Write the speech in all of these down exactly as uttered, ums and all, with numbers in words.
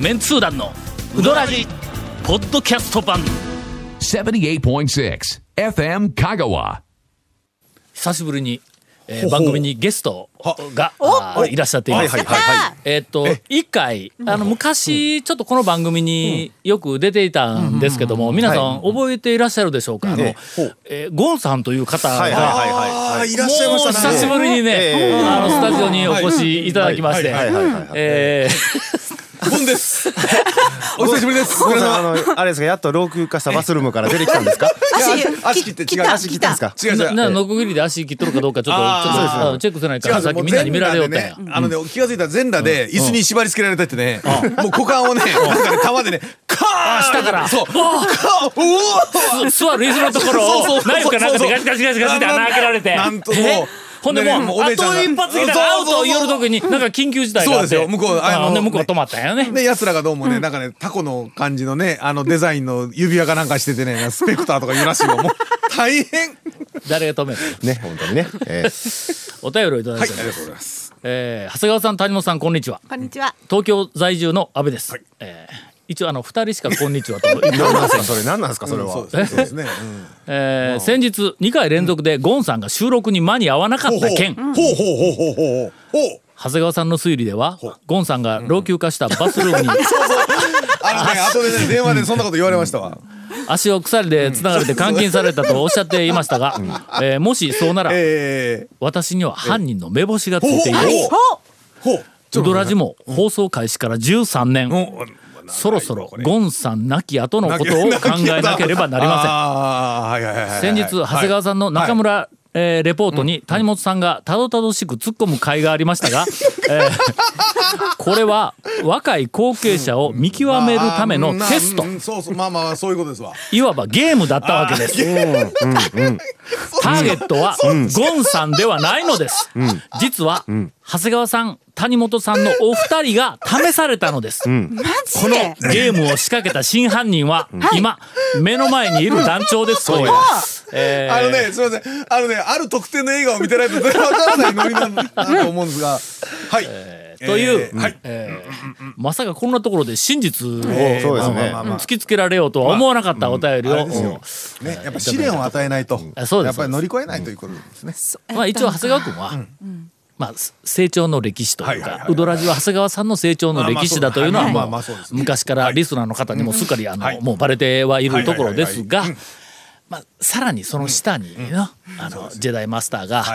メンツー団のウドラジポッドキャスト版ななじゅうはちてんろく エフエム 香川。 久しぶりに、えー、番組にゲストがあいらっしゃっています。えーっと一回あの昔ちょっとこの番組によく出ていたんですけども、皆さん覚えていらっしゃるでしょうか。あの、えー、ゴンさんという方があいらっしゃいましたね。 もう久しぶりにね、あのスタジオにお越しいただきまして、えーゴンです。お久しぶりです。 ゴンさん、あのあれですか、やっと老朽化したバスルームから出てきたんですか。 足切って違う、足切ったんですか。違う違う。 なノコギリで足切っとるかどうかちょっとちょっとチェックせないからさっきみんなに見られよったんや。 あのね、気が付いたら全裸で椅子に縛り付けられててね、もう股間をね、なんかね玉でね、カーン下からそう、 おお座る椅子のところをナイフかなんかでガチガチガチガチって穴開けられて。 なんともう。 ほんでもうあと一発来たらアウトを言う時になんか緊急事態があって、 そうですよ、向こうあの向こう止まったんやね。 で奴らがどうもね、なんかねタコの感じのね、あのデザインの指輪かなんかしててね、スペクターとか言うらしいよ。もう大変。 誰が止めるね、本当にね。えー、 お便りをいただいて、 はい、ありがとうございます。 えー、長谷川さん、谷本さん、こんにちは。 こんにちは。 東京在住の安倍です。はい、えー一応あのふたりしかこんにちはと言っておりません。 それ何なんですかそれは。 そうですね。 えー、先日にかい連続でゴンさんが収録に間に合わなかった件。 ほうほうほうほうほうほうほう。 長谷川さんの推理ではゴンさんが老朽化したバスルームに、 そうそう。あのね、後でね電話でそんなこと言われましたわ。 足を鎖でつながれて監禁されたとおっしゃっていましたが、えー、もしそうなら、えー、私には犯人の目星がついています。 ほう。 ウドラジも放送開始からじゅうさんねん。そろそろゴンさん亡き後のことを考えなければなりません。先日長谷川さんの中村、はいえー、レポートに谷本さんがたどたどしく突っ込む回がありましたが、えー、これは若い後継者を見極めるためのテスト、 そうそう、まあまあそういうことですわ。 いわばゲームだったわけです。ターゲットはゴンさんではないのです。実は長谷川さん谷本さんのお二人が試されたのです、うん、このゲームを仕掛けた真犯人は今、はい、目の前にいる団長です。そうや、 えー、あのねすいません、あのねある特定の映画を見てないと全然わからないノリなんだと思うんですがはい、えー、という、えーはいえー、まさかこんなところで真実を、えーそうですね、突きつけられようとは思わなかったお便りを、まあうんね、やっぱ試練を与えないと、うん、やっぱり乗り越えないということですね、 うん、まあ、一応長谷川君は、うんうんまあ、成長の歴史というかウドラジは長谷川さんの成長の歴史だというのはもう昔からリスナーの方にもすっかりあのもうバレてはいるところですが、まあさらにその下にあのジェダイマスターが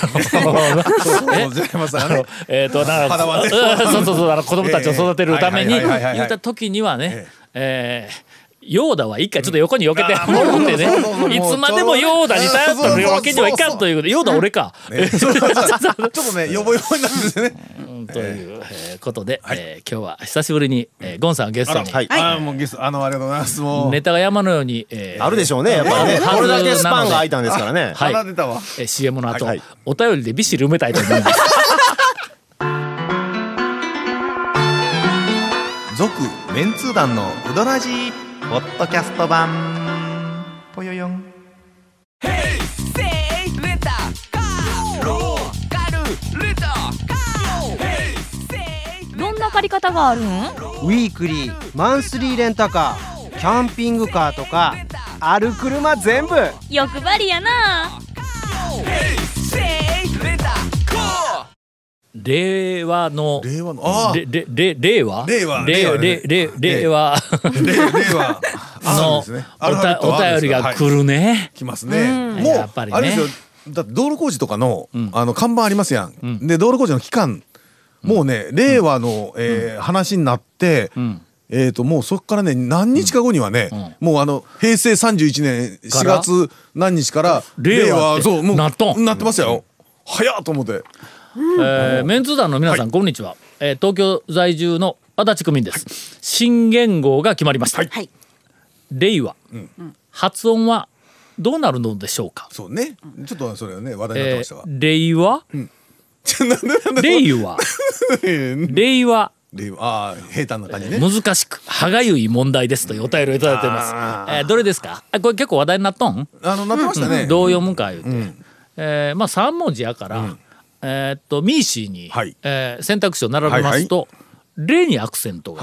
えっとなんかそうそうそう子供たちを育てるために言った時にはねえーヨーダは一回ちょっと横に避けてもらってね、いつまでもヨーダに頼ってるわけにはいかんということで、ヨーダ俺か、 ね、ちょっとねヨボヨボになってですね、 うん、ということで、はいえー、今日は久しぶりに、えー、ゴンさんがゲストに、 はい、あもうゲストあのありがとうございます。もうネタが山のように、えー、 あるでしょうねやっぱりね、これだけスパンが空いたんですからね。 はい、 出たわ、 えー、シーエム の後、はい、お便りでびっしり埋めたいと思います。 続メンツー団のウドラジーポッドキャスト版ぽよよん。 どんな借り方があるん？ ウィークリー、マンスリーレンタカー、キャンピングカーとかある車全部欲張りやな。 令和の令和のあれれれ令和令和令和令令和のお便りが来るね。 来ますね。もうやっぱりね。あれですよ。だって道路工事とかのあの看板ありますやん。で道路工事の期間もうね令和のえ話になって。えーともうそこからね何日か後にはね、うんうん、もうあの平成さんじゅういちねんしがつ何日から令和そうもうなっとんなってますよ。早っと思って、 うんえー、メンツ団の皆さん、はい、こんにちは、えー、東京在住の足立区民です、はい、新元号が決まりました、はい、令和、うん、発音はどうなるのでしょうか。 そうねちょっとそれはね話題になってましたが、 えー、令和、うん、令和令和ああ平坦な感じね。 難しく歯がゆい問題ですというお便りをいただいています。えー、どれですか。あこれ結構話題になっとん。 あのなってましたね、うん、 どう読むか言うて、うんえー、まあさん文字やから、うん、えー、っとミーシーに、はいえー、選択肢を並べますと、はいはい、レにアクセントがある、はい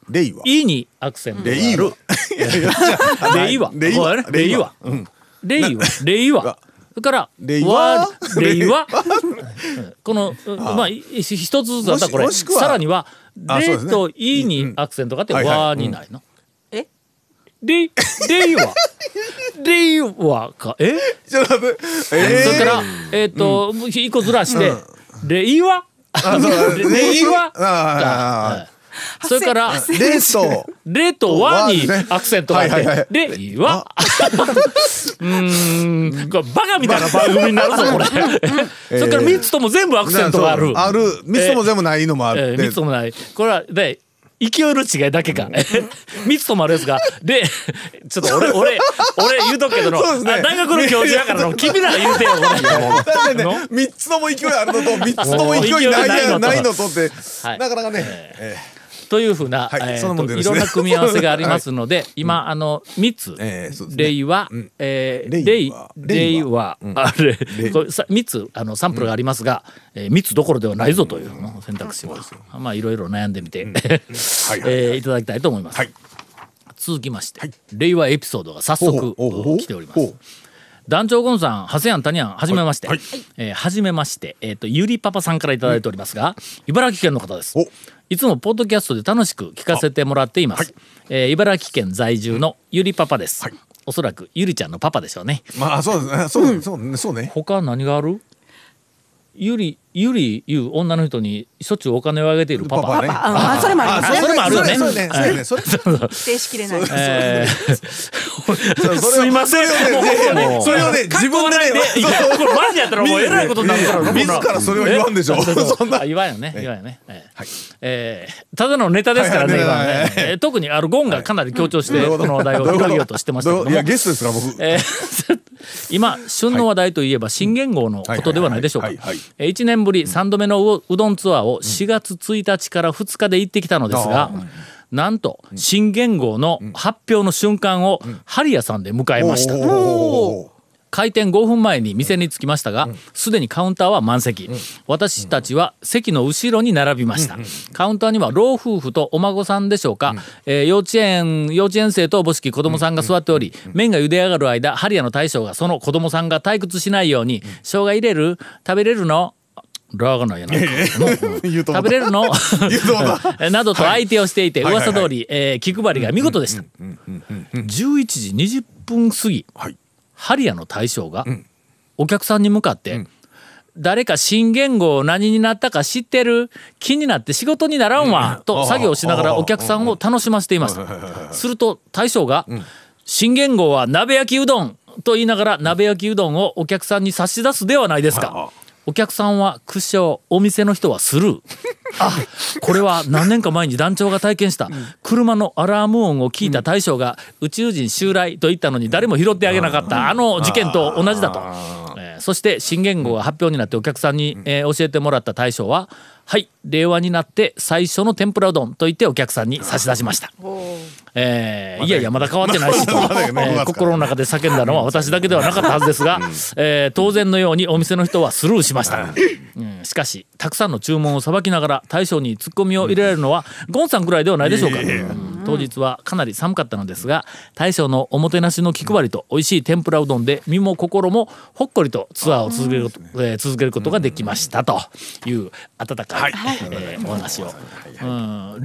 レイは。 いにアクセントがある。 レイは。 レイは。 レイは。 レイは。レイは。レイは。それからレイは。 レイは。このまあ一つずつだったらこれ。さらにはレとイにアクセントがあってわにないの。 え？ レイレイは。レイはかえ？ ちょっと待って。 それからえっと一個ずらしてレイは。レイはか。それからレとレとワにアクセントがあってレイは。うーんこれバカみたいな番組になるぞこれ。それからみっつとも全部アクセントがある。 あるみっつとも全部ないのもあって。 みっつともない。これはで勢いの違いだけか。みっつともあるやつがでちょっと俺俺俺言うとくけどの大学の教授やからの君らが言うてよこれ。 みっつとも勢いあるのとみっつとも勢いないのとってなかなかね。 というふうな、 はいえーといろんな組み合わせがありますので、はい、今あのみっつ、 えーね、 レイは、うんえー、レイレイはあれこれさみっつあのサンプルがありますが、うんえー、みっつどころではないぞというの選択肢を、うん、まあいろいろ悩んでみて、うんえー、いただきたいと思います。はい、続きまして、はい、レイはエピソードが早速来ております。団長ゴンさん、ハセヤン、タニヤン、はじめまして。はい、えー、はじめまして。えっと、ゆりパパさんからいただいておりますが、茨城県の方です。いつもポッドキャストで楽しく聞かせてもらっています。はい、えー、茨城県在住のゆりパパです。はい、おそらくゆりちゃんのパパでしょうね。 まあ、そうですね。そうそうね。そうね。 他何がある？ゆりゆりいう女の人にしょっちゅうお金をあげているパパ。 パパ、ね、ああそれもありますね。 それもあるよね。 それね。それね。それ否定しきれない。 えー、すいません。 それをね自分でね。 これマジやったらもうえらいことになるから。 自らそれを言わんでしょ。 そんな言わんよね。言わんよね。はい。えー、ただのネタですからね。今ね。えー、特にあのゴンがかなり強調してこの話題を広げようとしてましたけども。 いやゲストですから僕。 えー、今旬の話題といえば新元号のことではないでしょうか。いちねんぶりさんどめのうどんツアーをしがつついたちからふつかで行ってきたのですが、なんと新元号の発表の瞬間をハリヤさんで迎えました。開店ごふんまえに店に着きましたが、すでにカウンターは満席。私たちは席の後ろに並びました。カウンターには老夫婦とお孫さんでしょうか、えー、幼稚園幼稚園生とおぼしき子供さんが座っており、麺が茹で上がる間ハリヤの大将がその子供さんが退屈しないように生姜入れる食べれるのラーがないやな食べれるのなどと相手をしていて噂通り、えー、気配りが見事でした。じゅういちじにじゅっぷん過ぎ、はい、ハリヤの大将がお客さんに向かって、うん、誰か新元号何になったか知ってる？気になって仕事にならんわ、うん、と作業しながらお客さんを楽しませていました。すると大将が、うん、新元号は鍋焼きうどんと言いながら鍋焼きうどんをお客さんに差し出すではないですか。お客さんは苦笑、お店の人はスルー。あ、これは何年か前に団長が体験した車のアラーム音を聞いた大将が宇宙人襲来と言ったのに誰も拾ってあげなかったあの事件と同じだと。えー、そして新元号が発表になってお客さんに、えー、教えてもらった大将は、はい、令和になって最初の天ぷらうどんと言ってお客さんに差し出しました。えー、いやいやまだ変わってないしと、えー、心の中で叫んだのは私だけではなかったはずですが、えー、当然のようにお店の人はスルーしました。うん、しかしたくさんの注文をさばきながら大将にツッコミを入れられるのはゴンさんくらいではないでしょうか。うん、当日はかなり寒かったのですが大将のおもてなしの気配りと美味しい天ぷらうどんで身も心もほっこりとツアーを続ける、えー、続けることができましたという温かい、はいえー、お話を、うん、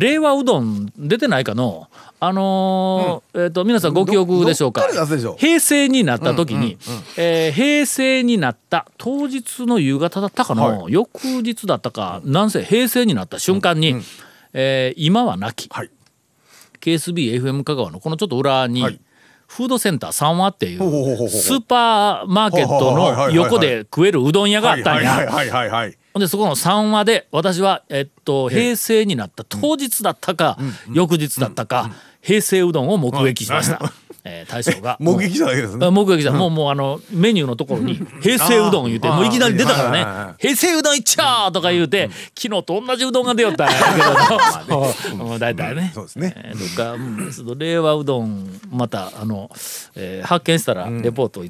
令和うどん出てないかのあのーうん、えーと皆さんご記憶でしょうか。平成になった時に、うんうんうんえー、平成になった当日の夕方だったかの、はい、翌日だったか、うん、なんせ平成になった瞬間に、うんうんえー、今はなき、はい、ケーエスビーエフエム 香川のこのちょっと裏に、はい、フードセンター三和っていうスーパーマーケットの横で食えるうどん屋があったんや。でそこの三和で私は、えっと、平成になった当日だったか、うん、翌日だったか、うん、平成うどんを目撃しました。えー、大将が目撃しただけですね。 目撃した、うん、もうもうあのメニューのところに平成うどん言うてもういきなり出たからね平成うどんいっちゃーとか言うて、うん、昨日と同じうどんが出よったんやけど大体ね、そうですね、えー、どっか、うん、令和うどんまたあの、えー、発見したらレポートをいただき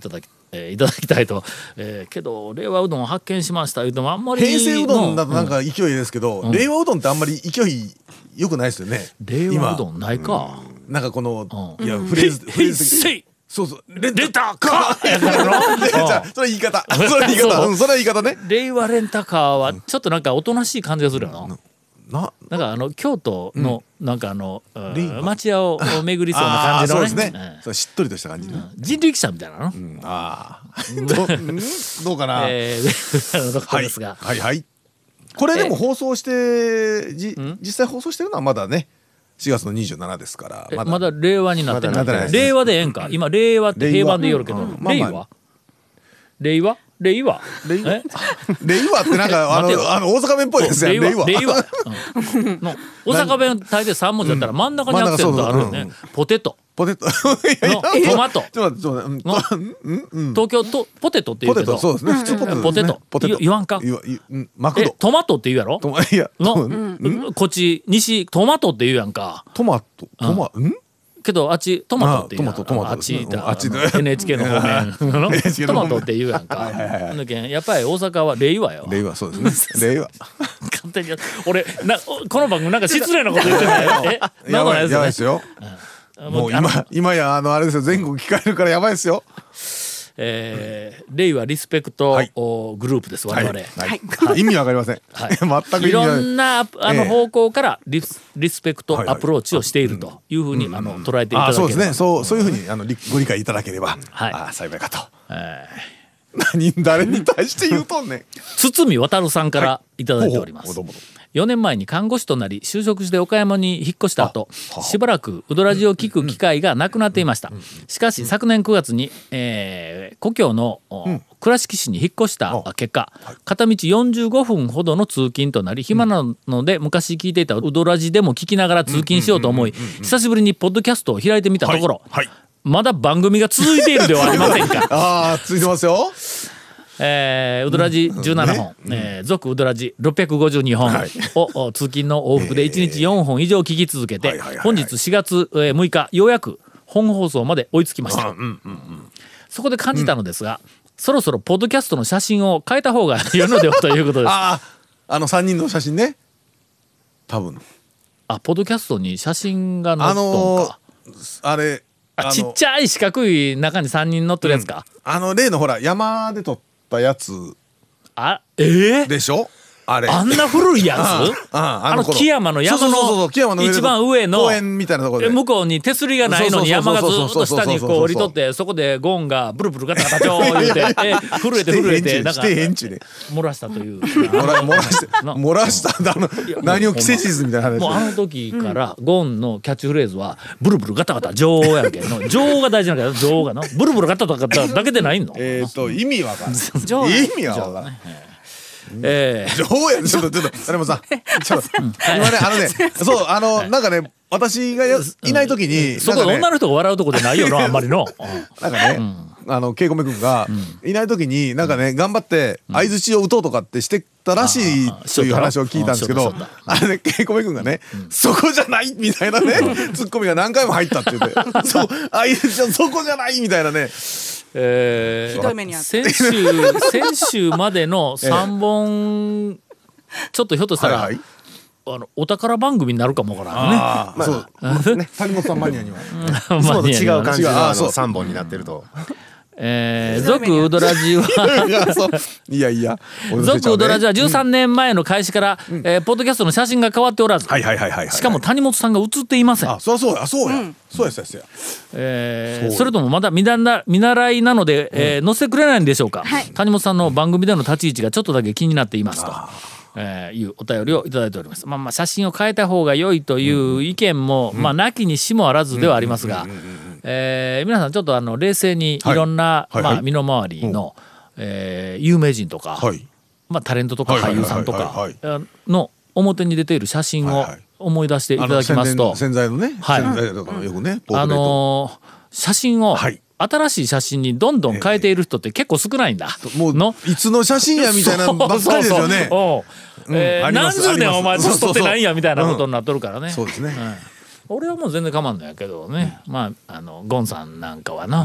えーいただきたいと、えーけど令和うどんを発見しました言うてもあんまり平成うどんだとなんか勢いですけど、 ん令和うどんってあんまり勢い良くないですよね。 令和うどんないか、 なんかこの、 うんいやフレーズ、フレー平ズ的成そうそうレンレンタカーやからのじゃあそれ言い方それ言い方そううんそれは言い方ね。 令和レンタカーはちょっとなんかおとなしい感じがするよな、 ななんかあの京都のなんかあの、うん令和町屋を巡りそうな感じのねあーそうですね。そうしっとりとした感じね。 うん人力車みたいなの、 うんああどうんどうかな。 えー、のところはいですが、 はいはい。これでも放送してじ実際放送してるのはまだねしがつのにじゅうしちですからえまだ令和になってない、 まだなってない令和でええんか今令和って平板で言うけど、 令和うんまあ令まあ和令和令和令和え令和ってなんかあ待てよのあの大阪弁っぽいですよ。 令和令和、 令和うんの大阪弁大抵さん文字だったら真ん中にアクセントあるよね、 真ん中そうそうポテトポテトいやいやのトマトちょっと待ってちょっと待ってうんうんうん東京とポテトって言ポうけどテトそうですね普通ポテトですねポテトポテト言言わんか言わ言ううんマクえドトマトって言うやろトマいやの、 トうんこっち西トマトって言うやんかトマトトマんけどあっちトマトって言うやんあトマトトマトあっちうんああっちでエヌエイチケー の方面のエヌエイチケートの方面マトって言うやんかだけんやっぱり大阪は令和よ令和そうですね令和勝手に俺なこの番組なんか失礼なこと言ってないえなんかないやばいやばいでですすよねもうあの今今やあのあれですよ全国聞かれるからやばいですよ。 えー令和リスペクトはいおグループです我々、 はい意味わかりません。 はい全く意味わかいろりません。 んなあのええ方向からリスリスペクトはいはいアプローチをしているというふうにあの捉えていただければあそうですねそうそういうふうにあのりご理解いただければはいあ幸いかと。 え何誰に対して言うとんねん。 ー堤渉さんからいただいておりますほうほうどうもどよねんまえに看護師となり就職して岡山に引っ越した後しばらくウドラジを聞く機会がなくなっていました。しかし昨年くがつに、えー故郷の、お倉敷市に引っ越した結果片道よんじゅうごふんほどの通勤となり暇なので昔聞いていたウドラジでも聞きながら通勤しようと思い久しぶりにポッドキャストを開いてみたところ、 はいはいまだ番組が続いているではありませんか。 ああついてますよ。 えー、ウドラジじゅうななほん、えー続ウドラジろっぴゃくごじゅうにほんはいを、お通勤の往復でいちにちよんほん以上聞き続けてはいはいはいはい本日しがつえーむいかようやく本放送まで追いつきました。そこで感じたのですが、そろそろポッドキャストの写真を変えた方が良いのではということです。ああああの三人の写真ね。多分ポッドキャストに写真が載あっとんのか、 ーあれあちっちゃい四角い中にさんにん載ってるやつか、 あの例のほら山で撮ったやつあえー、 でしょ。あれあんな古いやつああの頃木山の山そうそうそうそう木山のの一番上の公園みたいなところで向こうに手すりがないのに山がずっと下にこう降りとってそこでゴンがブルブルガタガタチョー言うてえ震えて震えてなんかしてへんちゅうね漏らしたという漏ら漏らしてな漏らしたあの何を季節地図みたいな話もうあの時からゴンのキャッチフレーズはブルブルガタガタ女王やんけの女王が大事なんだけど女王がのブルブルガタガタだけでないのえっと意味わかんない上意味はわかんないえー情報やねちょっとちょっと誰もさんちょっと今ねあのねそうあのなんかね私がやいない時にそこでなんかね女の人が笑うとこでないよなあんまりのなんかね、あの稽古目くんがいない時になんかね頑張って相槌を打とうとかってしてたらしいという話を聞いたんですけど、あれね稽古目くんがねそこじゃないみたいなねツッコミが何回も入ったって言ってそう相槌はそこじゃないみたいなね。 えーひどい目に遭った先週先週までのさんぼんちょっとひょっとしたら、 はいはいあのお宝番組になるかもわからんね。 ああそうね谷本さんマニアにはまあいつもと違う感じのあ違うあそうのさんぼんになってると。 えー、続ウドラジはいやそういやいや続ウドラジははじゅうさんねんまえの開始から、えーポッドキャストの写真が変わっておらず、 はいはいはいはいはいしかも谷本さんが写っていません。 あそうそうやそうやそうやそうやそうやえーそうそれともまだ見習見習いなので、えー載せてくれないんでしょうか、 はい谷本さんの番組での立ち位置がちょっとだけ気になっていますと、えーいうお便りをいただいております。まあまあ写真を変えた方が良いという意見も、まあなきにしもあらずではありますが、えー皆さんちょっとあの冷静にいろんな、 はいはいはいまあ、身の回りの、えー有名人とか、 はいまあ、タレントとか俳優さんとかはいはいの表に出ている写真をはいはい思い出していただきますと、 洗剤のねはい洗剤とかのよくねポーあトレートのー写真を、 はい新しい写真にどんどん変えている人って結構少ないんだ。 もうのいつの写真やみたいなばっかりですよね。 そうそうそうえーあります何十年お前あります年取ってないんやみたいなことになっとるからね。 そうですね。 俺はもう全然構わんのやけどね、まああのゴンさんなんかはな、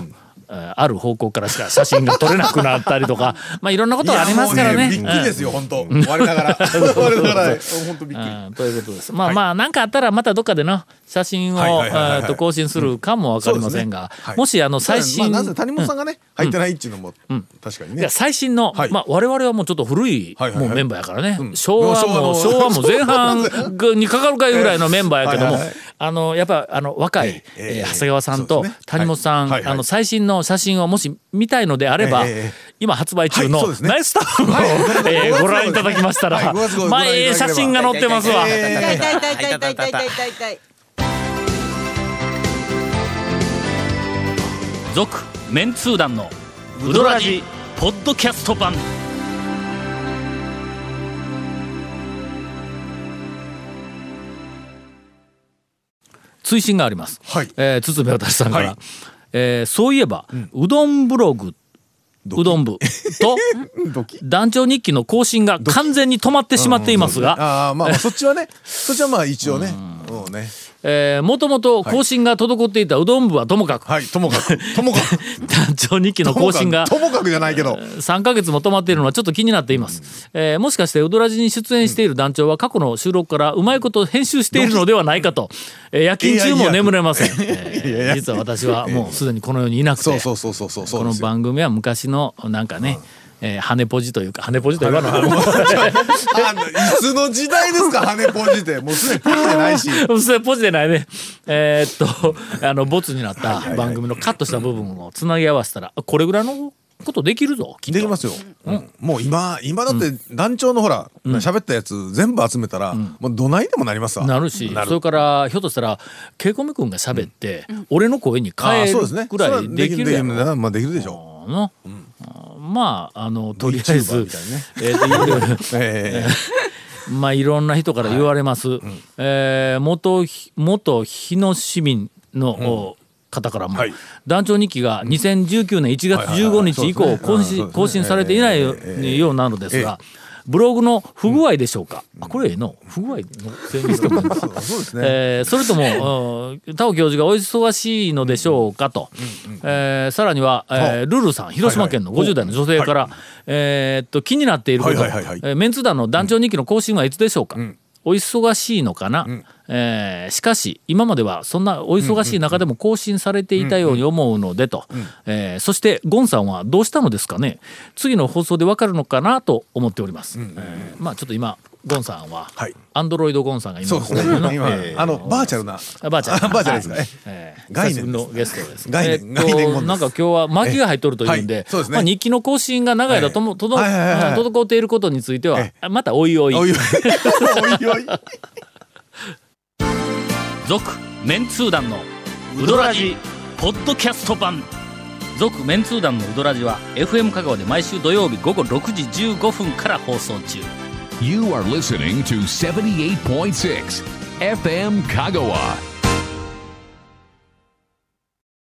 ある方向からしか写真が撮れなくなったりとかまあいろんなことがありますからね。 びっくりですよ、本当。我ながら我ながら本当びっくり、 うん、ということです。まあまあ何かあったらまたどっかでの写真を更新するかもわかりませんが、もしあの最新、 まあ、なぜ谷本さんがね、うん、入ってないっていうのも、うん、確かにね。 いや最新の、はい、まあ我々はもうちょっと古い、 はいはいはい、 もうメンバーやからね、うん、昭和も昭和も前半にかかるかいうぐらいのメンバーやけども、あのやっぱあの若い、えーえー、長谷川さんと谷本さん、はいはいはい、あの最新の写真をもし見たいのであれば、えー、今発売中のナイスタウンを、はいえー、ご覧いただきましたら、はい、まあええ写真が載ってますわ。 痛い痛い痛い痛い痛い痛い痛い痛い。 続メンツー団のウドラジポッドキャスト版。追伸があります、はいえー、堤渡さんから、はいえー、そういえば、うん、うどんブログうどん部と団長日記の更新が完全に止まってしまっていますが、 うんうん、ああまあそっちはねそっちはまあ一応ねもうねえー、もともと更新が滞っていたうどん部はともかく、 はい、ともかくともかく団長日記の更新がともかくじゃないけどさんかげつも止まっているのはちょっと気になっています、うんえー、もしかしてうどらじに出演している団長は過去の収録からうまいこと編集しているのではないかと、えー、夜勤中も眠れません、えー、実は私はもうすでにこの世にいなくてこの番組は昔のなんかね、うんえー、羽ポジというか羽ポジと言わないいつの時代ですか羽ポジってもうすでにポジでないしすでにポジでないねえー、っとあのボツになった番組のカットした部分をつなぎ合わせたらこれぐらいのことできるぞきっとできますよ、うん、もう今今だって団長のほら喋、うん、ったやつ全部集めたら、うん、もうどないでもなりますわなるしそれからひょっとしたらケイコミ君が喋って、うん、俺の声に変えるぐらいできるやろ、 ね、まあできるでしょう、うんまああのとりあえず、ねえーえー、まあいろんな人から言われます、はいうんえー、元元日野市民の、うん方からも、はい、団長日記がにせんじゅうきゅうねんいちがつじゅうごにち以降更新、更新されていないようなのですが、ブログの不具合でしょうか、うん、あこれええの不具合のせいにしてもいいかそうですね、えー、それとも田尾教授がお忙しいのでしょうかと、うんうんえー、さらには、えー、ルルさん広島県のごじゅう代の女性から、はいはいえー、っと気になっていること、はいはいはいはい、メンツ団の団長日記の更新はいつでしょうか、うんお忙しいのかな、うんえー、しかし今まではそんなお忙しい中でも更新されていたように思うのでと、えー、そしてゴンさんはどうしたのですかね次の放送でわかるのかなと思っております、うんうんえー、まあちょっと今ゴンさんは、はい、アンドロイドゴンさんが今そうですね今、えー、あのバーチャルなバーチャルバーチャルですかね、はいえー、概念のゲストです概念、 えー、概念なんか今日は巻きが入っとるというんで、はいそうですねまあ、日記の更新が長い間とも、はい、滞っていることについては、えー、またおいおいおいおいおい続メンツー団のウドラジポッドキャスト版続メンツー団のウドラジは エフエム 香川で毎週土曜日午後ろくじじゅうごふんから放送中 You are listening to seventy-eight point six エフエム 香川